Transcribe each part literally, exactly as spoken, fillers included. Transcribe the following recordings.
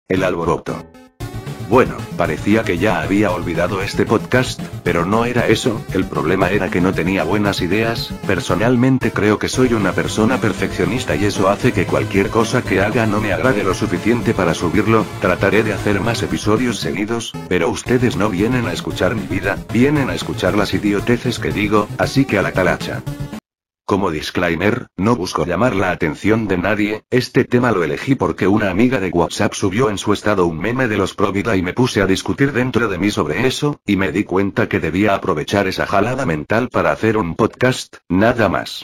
El alboroto. Bueno, parecía que ya había olvidado este podcast, pero no era eso, el problema era que no tenía buenas ideas. Personalmente creo que soy una persona perfeccionista y eso hace que cualquier cosa que haga no me agrade lo suficiente para subirlo. Trataré de hacer más episodios seguidos, pero ustedes no vienen a escuchar mi vida, vienen a escuchar las idioteces que digo, así que a la talacha. Como disclaimer, no busco llamar la atención de nadie, este tema lo elegí porque una amiga de WhatsApp subió en su estado un meme de los pro vida y me puse a discutir dentro de mí sobre eso, y me di cuenta que debía aprovechar esa jalada mental para hacer un podcast, nada más.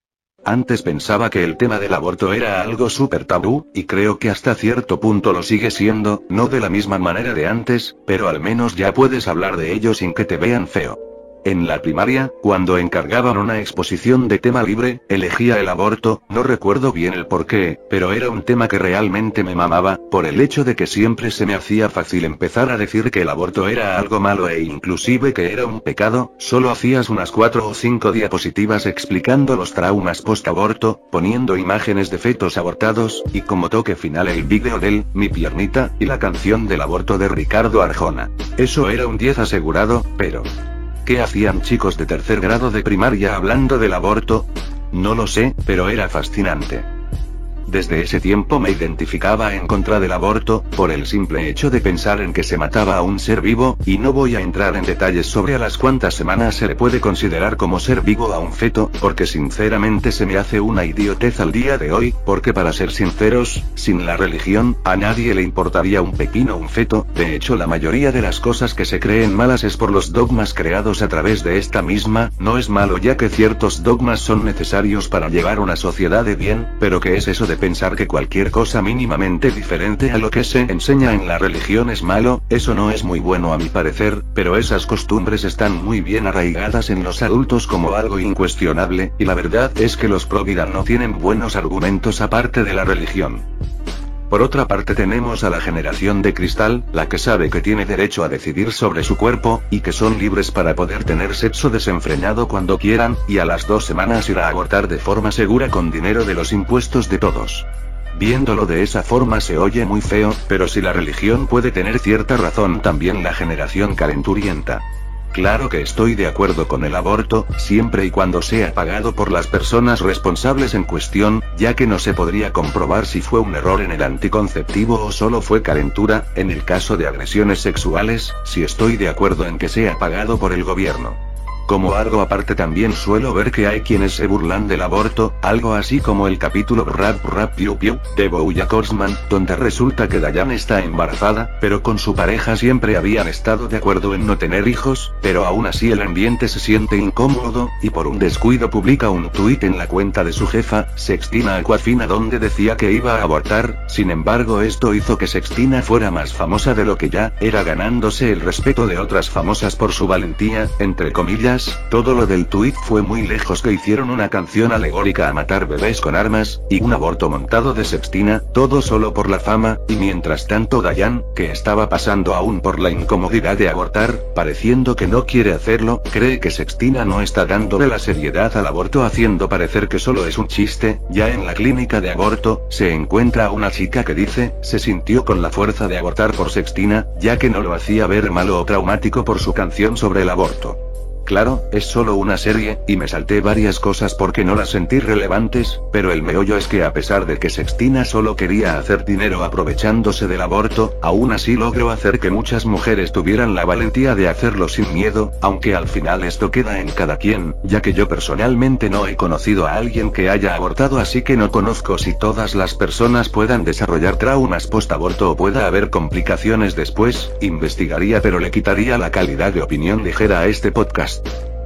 Antes pensaba que el tema del aborto era algo súper tabú, y creo que hasta cierto punto lo sigue siendo, no de la misma manera de antes, pero al menos ya puedes hablar de ello sin que te vean feo. En la primaria, cuando encargaban una exposición de tema libre, elegía el aborto, no recuerdo bien el porqué, pero era un tema que realmente me mamaba, por el hecho de que siempre se me hacía fácil empezar a decir que el aborto era algo malo e inclusive que era un pecado. Solo hacías unas cuatro o cinco diapositivas explicando los traumas post-aborto, poniendo imágenes de fetos abortados, y como toque final el vídeo del Mi piernita, y la canción del aborto de Ricardo Arjona. Eso era un diez asegurado, pero... ¿qué hacían chicos de tercer grado de primaria hablando del aborto? No lo sé, pero era fascinante. Desde ese tiempo me identificaba en contra del aborto, por el simple hecho de pensar en que se mataba a un ser vivo, y no voy a entrar en detalles sobre a las cuántas semanas se le puede considerar como ser vivo a un feto, porque sinceramente se me hace una idiotez al día de hoy, porque para ser sinceros, sin la religión, a nadie le importaría un pepino un feto. De hecho la mayoría de las cosas que se creen malas es por los dogmas creados a través de esta misma. No es malo ya que ciertos dogmas son necesarios para llevar una sociedad de bien, pero ¿qué es eso de pensar que cualquier cosa mínimamente diferente a lo que se enseña en la religión es malo? Eso no es muy bueno a mi parecer, pero esas costumbres están muy bien arraigadas en los adultos como algo incuestionable, y la verdad es que los pro vida no tienen buenos argumentos aparte de la religión. Por otra parte tenemos a la generación de cristal, la que sabe que tiene derecho a decidir sobre su cuerpo, y que son libres para poder tener sexo desenfrenado cuando quieran, y a las dos semanas ir a abortar de forma segura con dinero de los impuestos de todos. Viéndolo de esa forma se oye muy feo, pero si la religión puede tener cierta razón, también la generación calenturienta. Claro que estoy de acuerdo con el aborto, siempre y cuando sea pagado por las personas responsables en cuestión, ya que no se podría comprobar si fue un error en el anticonceptivo o solo fue calentura. En el caso de agresiones sexuales, sí estoy de acuerdo en que sea pagado por el gobierno. Como algo aparte también suelo ver que hay quienes se burlan del aborto, algo así como el capítulo Rap Rap Piu Piu, de BoJack Horseman, donde resulta que Diane está embarazada, pero con su pareja siempre habían estado de acuerdo en no tener hijos, pero aún así el ambiente se siente incómodo, y por un descuido publica un tuit en la cuenta de su jefa, Sextina Aquafina, donde decía que iba a abortar. Sin embargo esto hizo que Sextina fuera más famosa de lo que ya era, ganándose el respeto de otras famosas por su valentía, entre comillas. Todo lo del tuit fue muy lejos que hicieron una canción alegórica a matar bebés con armas, y un aborto montado de Sextina, todo solo por la fama, y mientras tanto Diane, que estaba pasando aún por la incomodidad de abortar, pareciendo que no quiere hacerlo, cree que Sextina no está dándole la seriedad al aborto, haciendo parecer que solo es un chiste. Ya en la clínica de aborto, se encuentra a una chica que dice, se sintió con la fuerza de abortar por Sextina, ya que no lo hacía ver malo o traumático por su canción sobre el aborto. Claro, es solo una serie, y me salté varias cosas porque no las sentí relevantes, pero el meollo es que a pesar de que Sextina solo quería hacer dinero aprovechándose del aborto, aún así logró hacer que muchas mujeres tuvieran la valentía de hacerlo sin miedo, aunque al final esto queda en cada quien, ya que yo personalmente no he conocido a alguien que haya abortado, así que no conozco si todas las personas puedan desarrollar traumas post-aborto o pueda haber complicaciones después. Investigaría, pero le quitaría la calidad de opinión ligera a este podcast.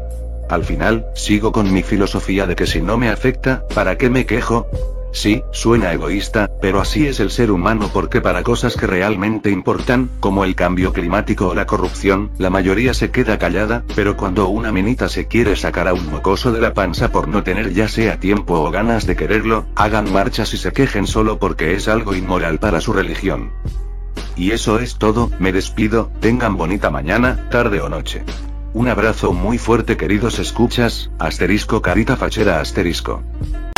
Al final, sigo con mi filosofía de que si no me afecta, ¿para qué me quejo? Sí, suena egoísta, pero así es el ser humano, porque para cosas que realmente importan, como el cambio climático o la corrupción, la mayoría se queda callada, pero cuando una minita se quiere sacar a un mocoso de la panza por no tener ya sea tiempo o ganas de quererlo, hagan marchas y se quejen solo porque es algo inmoral para su religión. Y eso es todo, me despido, tengan bonita mañana, tarde o noche. Un abrazo muy fuerte queridos escuchas, asterisco carita fachera asterisco.